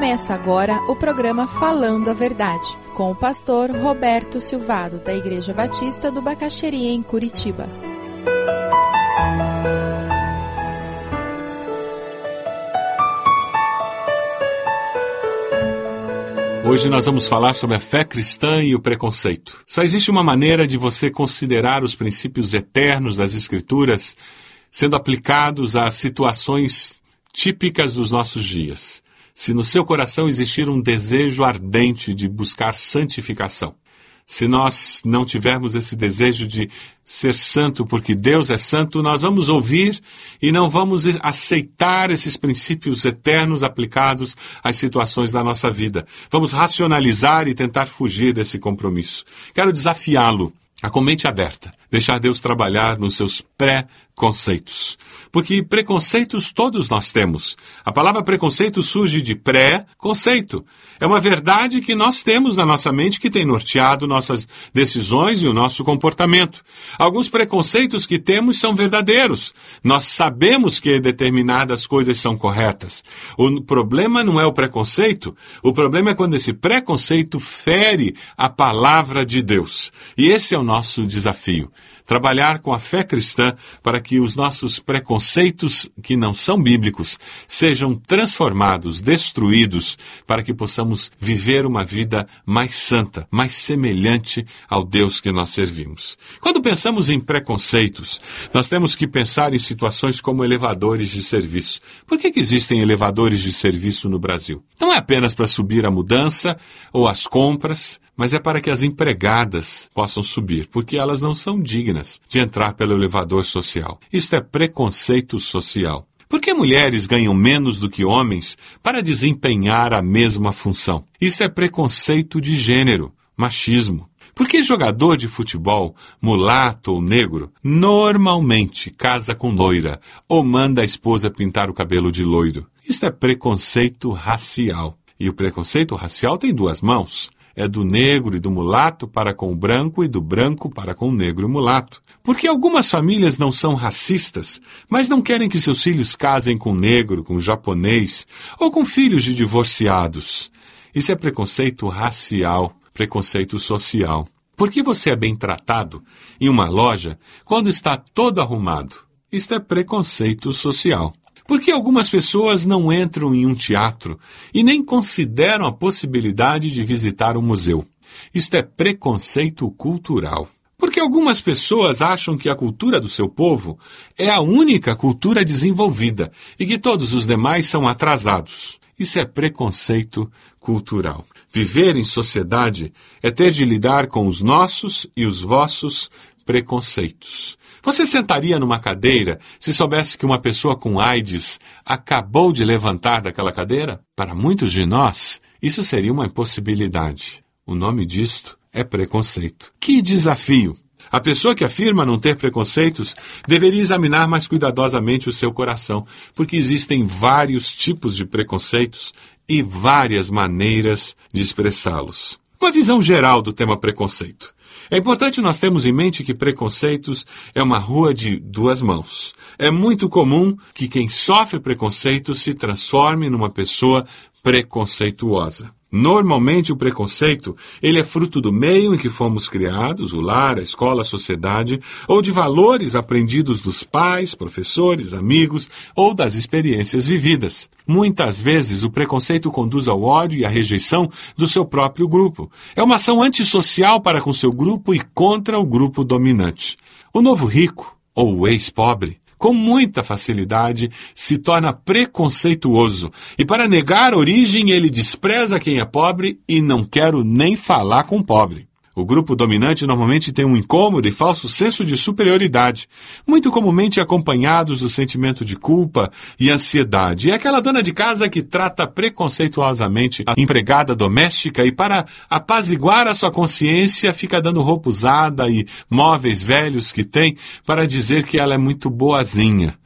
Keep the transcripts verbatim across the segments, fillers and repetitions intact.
Começa agora o programa Falando a Verdade, com o pastor Roberto Silvado, da Igreja Batista do Bacaxeria, em Curitiba. Hoje nós vamos falar sobre a fé cristã e o preconceito. Só existe uma maneira de você considerar os princípios eternos das Escrituras sendo aplicados às situações típicas dos nossos dias. Se no seu coração existir um desejo ardente de buscar santificação. Se nós não tivermos esse desejo de ser santo porque Deus é santo, nós vamos ouvir e não vamos aceitar esses princípios eternos aplicados às situações da nossa vida. Vamos racionalizar e tentar fugir desse compromisso. Quero desafiá-lo a com mente aberta, deixar Deus trabalhar nos seus pré-conceitos. Porque preconceitos todos nós temos. A palavra preconceito surge de pré-conceito. É uma verdade que nós temos na nossa mente que tem norteado nossas decisões e o nosso comportamento. Alguns preconceitos que temos são verdadeiros. Nós sabemos que determinadas coisas são corretas. O problema não é o preconceito. O problema é quando esse preconceito fere a palavra de Deus. E esse é o nosso desafio. Trabalhar com a fé cristã para que os nossos preconceitos que não são bíblicos sejam transformados, destruídos, para que possamos viver uma vida mais santa, mais semelhante ao Deus que nós servimos. Quando pensamos em preconceitos, nós temos que pensar em situações como elevadores de serviço. Por que que existem elevadores de serviço no Brasil? Não é apenas para subir a mudança ou as compras, mas é para que as empregadas possam subir, porque elas não são dignas de entrar pelo elevador social. Isto é preconceito social. Por que mulheres ganham menos do que homens para desempenhar a mesma função? Isso é preconceito de gênero, machismo. Por que jogador de futebol, mulato ou negro, normalmente casa com loira ou manda a esposa pintar o cabelo de loiro? Isso é preconceito racial. E o preconceito racial tem duas mãos. É do negro e do mulato para com o branco e do branco para com o negro e mulato. Porque algumas famílias não são racistas, mas não querem que seus filhos casem com negro, com japonês ou com filhos de divorciados. Isso é preconceito racial, preconceito social. Por que você é bem tratado em uma loja quando está todo arrumado? Isto é preconceito social. Por que algumas pessoas não entram em um teatro e nem consideram a possibilidade de visitar um museu? Isto é preconceito cultural. Porque algumas pessoas acham que a cultura do seu povo é a única cultura desenvolvida e que todos os demais são atrasados. Isso é preconceito cultural. Viver em sociedade é ter de lidar com os nossos e os vossos preconceitos. Você sentaria numa cadeira se soubesse que uma pessoa com AIDS acabou de levantar daquela cadeira? Para muitos de nós, isso seria uma impossibilidade. O nome disto é preconceito. Que desafio! A pessoa que afirma não ter preconceitos deveria examinar mais cuidadosamente o seu coração, porque existem vários tipos de preconceitos e várias maneiras de expressá-los. Uma visão geral do tema preconceito. É importante nós termos em mente que preconceitos é uma rua de duas mãos. É muito comum que quem sofre preconceito se transforme numa pessoa preconceituosa. Normalmente o preconceito ele é fruto do meio em que fomos criados, o lar, a escola, a sociedade, ou de valores aprendidos dos pais, professores, amigos, ou das experiências vividas. Muitas vezes o preconceito conduz ao ódio e à rejeição do seu próprio grupo. É uma ação antissocial para com seu grupo e contra o grupo dominante. O novo rico, ou o ex-pobre, com muita facilidade, se torna preconceituoso. E para negar a origem, ele despreza quem é pobre e não quero nem falar com o pobre. O grupo dominante normalmente tem um incômodo e falso senso de superioridade, muito comumente acompanhados do sentimento de culpa e ansiedade. É aquela dona de casa que trata preconceituosamente a empregada doméstica e, para apaziguar a sua consciência, fica dando roupa usada e móveis velhos que tem para dizer que ela é muito boazinha.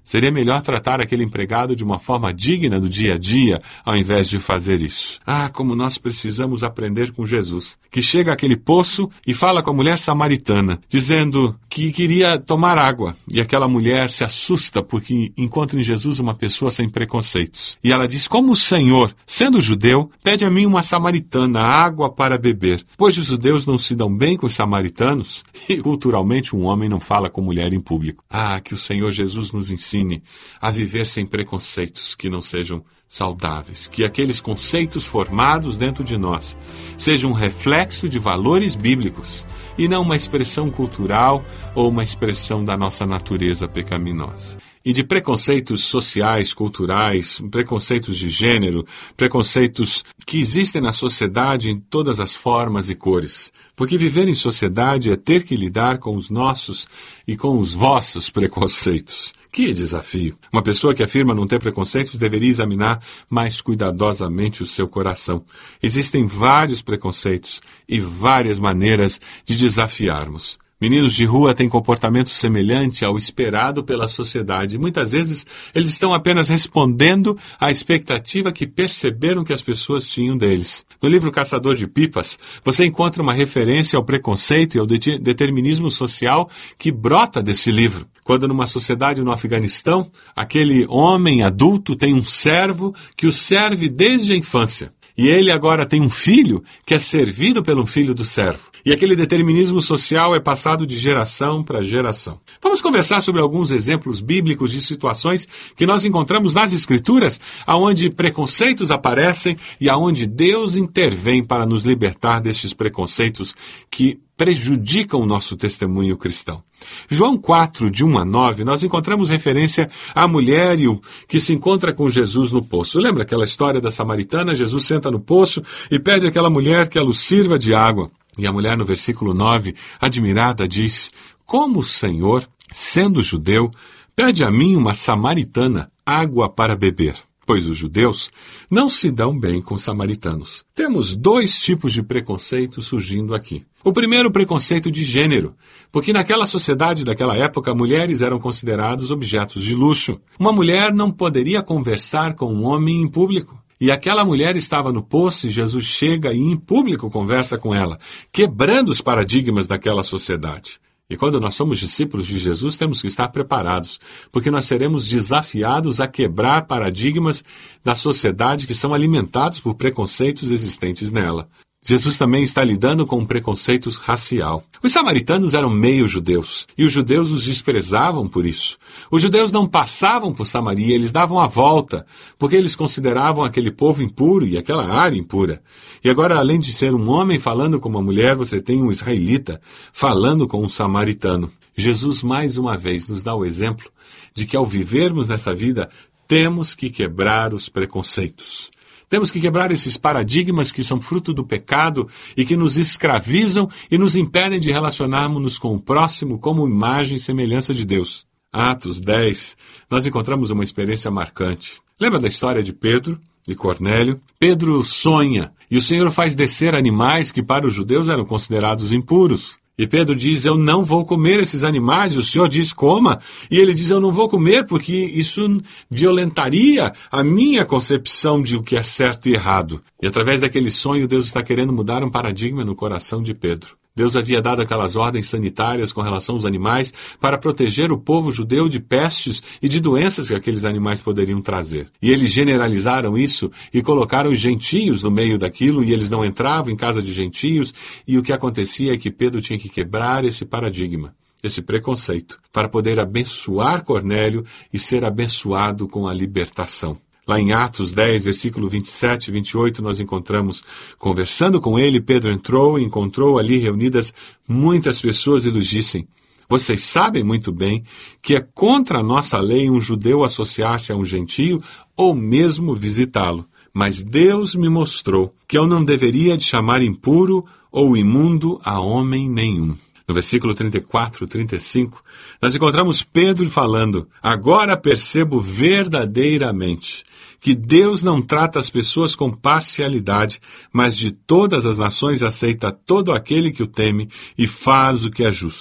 Seria melhor tratar aquele empregado de uma forma digna do dia a dia, ao invés de fazer isso. Ah, como nós precisamos aprender com Jesus, que chega àquele poço e fala com a mulher samaritana, dizendo que queria tomar água. E aquela mulher se assusta porque encontra em Jesus uma pessoa sem preconceitos. E ela diz, como o Senhor, sendo judeu, pede a mim uma samaritana água para beber, pois os judeus não se dão bem com os samaritanos e culturalmente um homem não fala com mulher em público. Ah, que o Senhor Jesus nos ensine a viver sem preconceitos que não sejam saudáveis, que aqueles conceitos formados dentro de nós sejam um reflexo de valores bíblicos e não uma expressão cultural ou uma expressão da nossa natureza pecaminosa. E de preconceitos sociais, culturais, preconceitos de gênero, preconceitos que existem na sociedade em todas as formas e cores. Porque viver em sociedade é ter que lidar com os nossos e com os vossos preconceitos. Que desafio! Uma pessoa que afirma não ter preconceitos deveria examinar mais cuidadosamente o seu coração. Existem vários preconceitos e várias maneiras de desafiarmos. Meninos de rua têm comportamento semelhante ao esperado pela sociedade. Muitas vezes, eles estão apenas respondendo à expectativa que perceberam que as pessoas tinham deles. No livro Caçador de Pipas, você encontra uma referência ao preconceito e ao de- determinismo social que brota desse livro. Quando numa sociedade no Afeganistão, aquele homem adulto tem um servo que o serve desde a infância. E ele agora tem um filho que é servido pelo filho do servo. E aquele determinismo social é passado de geração para geração. Vamos conversar sobre alguns exemplos bíblicos de situações que nós encontramos nas Escrituras, aonde preconceitos aparecem e aonde Deus intervém para nos libertar destes preconceitos que prejudicam o nosso testemunho cristão. João quatro, de um a nove, nós encontramos referência à mulher e o que se encontra com Jesus no poço. Lembra aquela história da samaritana? Jesus senta no poço e pede àquela mulher que ela o sirva de água. E a mulher, no versículo nove, admirada, diz, como o Senhor, sendo judeu, pede a mim, uma samaritana, água para beber. Pois os judeus não se dão bem com os samaritanos. Temos dois tipos de preconceito surgindo aqui. O primeiro, o preconceito de gênero, porque naquela sociedade daquela época, mulheres eram consideradas objetos de luxo. Uma mulher não poderia conversar com um homem em público. E aquela mulher estava no poço e Jesus chega e em público conversa com ela, quebrando os paradigmas daquela sociedade. E quando nós somos discípulos de Jesus, temos que estar preparados, porque nós seremos desafiados a quebrar paradigmas da sociedade que são alimentados por preconceitos existentes nela. Jesus também está lidando com um preconceito racial. Os samaritanos eram meio judeus, e os judeus os desprezavam por isso. Os judeus não passavam por Samaria, eles davam a volta, porque eles consideravam aquele povo impuro e aquela área impura. E agora, além de ser um homem falando com uma mulher, você tem um israelita falando com um samaritano. Jesus, mais uma vez, nos dá o exemplo de que ao vivermos nessa vida, temos que quebrar os preconceitos. Temos que quebrar esses paradigmas que são fruto do pecado e que nos escravizam e nos impedem de relacionarmos-nos com o próximo como imagem e semelhança de Deus. Atos dez, nós encontramos uma experiência marcante. Lembra da história de Pedro e Cornélio? Pedro sonha e o Senhor faz descer animais que para os judeus eram considerados impuros. E Pedro diz, eu não vou comer esses animais. E o Senhor diz, coma. E ele diz, eu não vou comer porque isso violentaria a minha concepção de o que é certo e errado. E através daquele sonho, Deus está querendo mudar um paradigma no coração de Pedro. Deus havia dado aquelas ordens sanitárias com relação aos animais para proteger o povo judeu de pestes e de doenças que aqueles animais poderiam trazer. E eles generalizaram isso e colocaram os gentios no meio daquilo e eles não entravam em casa de gentios. E o que acontecia é que Pedro tinha que quebrar esse paradigma, esse preconceito, para poder abençoar Cornélio e ser abençoado com a libertação. Lá em Atos dez, versículo vinte e sete e vinte e oito, nós encontramos, conversando com ele, Pedro entrou e encontrou ali reunidas muitas pessoas e lhes disse, vocês sabem muito bem que é contra a nossa lei um judeu associar-se a um gentio ou mesmo visitá-lo. Mas Deus me mostrou que eu não deveria de chamar impuro ou imundo a homem nenhum. No versículo trinta e quatro, trinta e cinco, nós encontramos Pedro falando, agora percebo verdadeiramente que Deus não trata as pessoas com parcialidade, mas de todas as nações aceita todo aquele que o teme e faz o que é justo.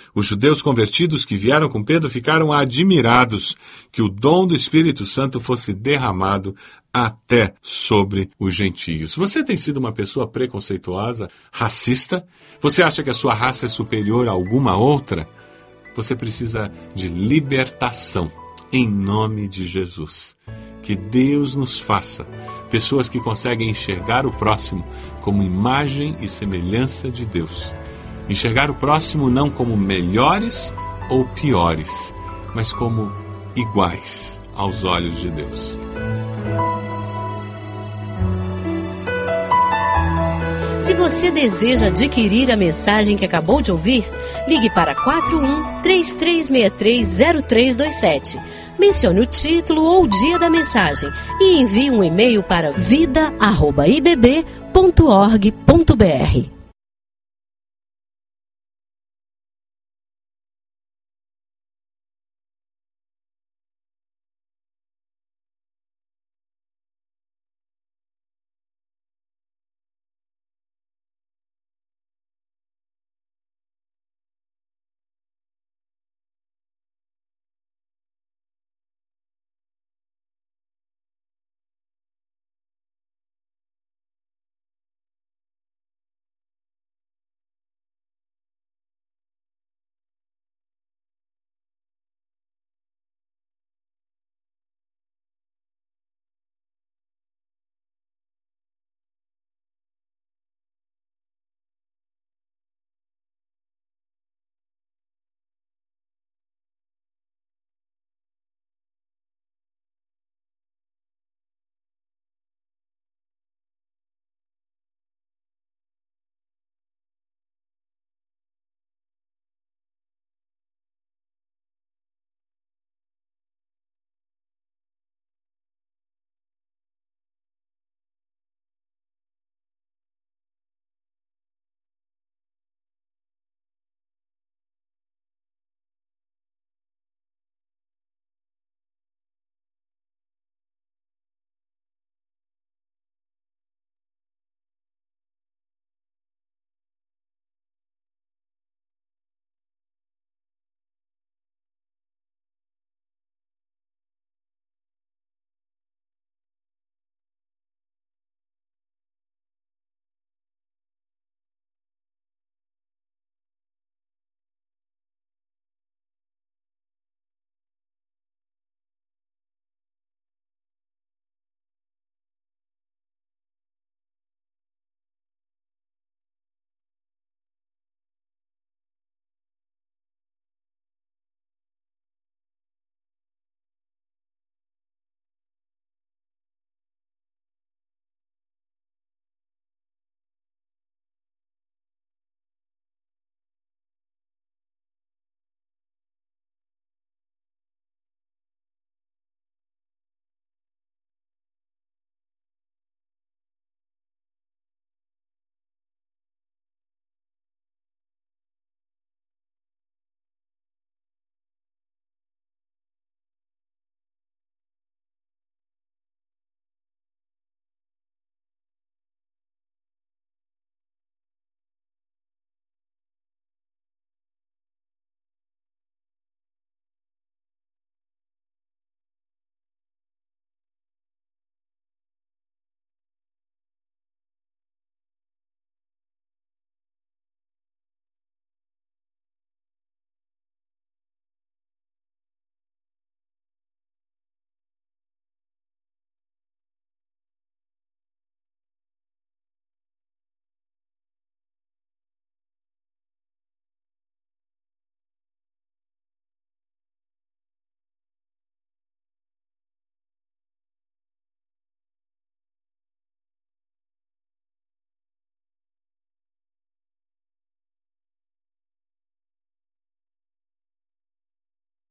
Os judeus convertidos que vieram com Pedro ficaram admirados que o dom do Espírito Santo fosse derramado até sobre os gentios. Você tem sido uma pessoa preconceituosa, racista? Você acha que a sua raça é superior a alguma outra? Você precisa de libertação, em nome de Jesus. Que Deus nos faça pessoas que conseguem enxergar o próximo como imagem e semelhança de Deus. Enxergar o próximo não como melhores ou piores, mas como iguais aos olhos de Deus. Se você deseja adquirir a mensagem que acabou de ouvir, ligue para quatro um, três três seis três, zero três dois sete. Mencione o título ou o dia da mensagem e envie um e-mail para vida arroba i b b ponto org ponto b r.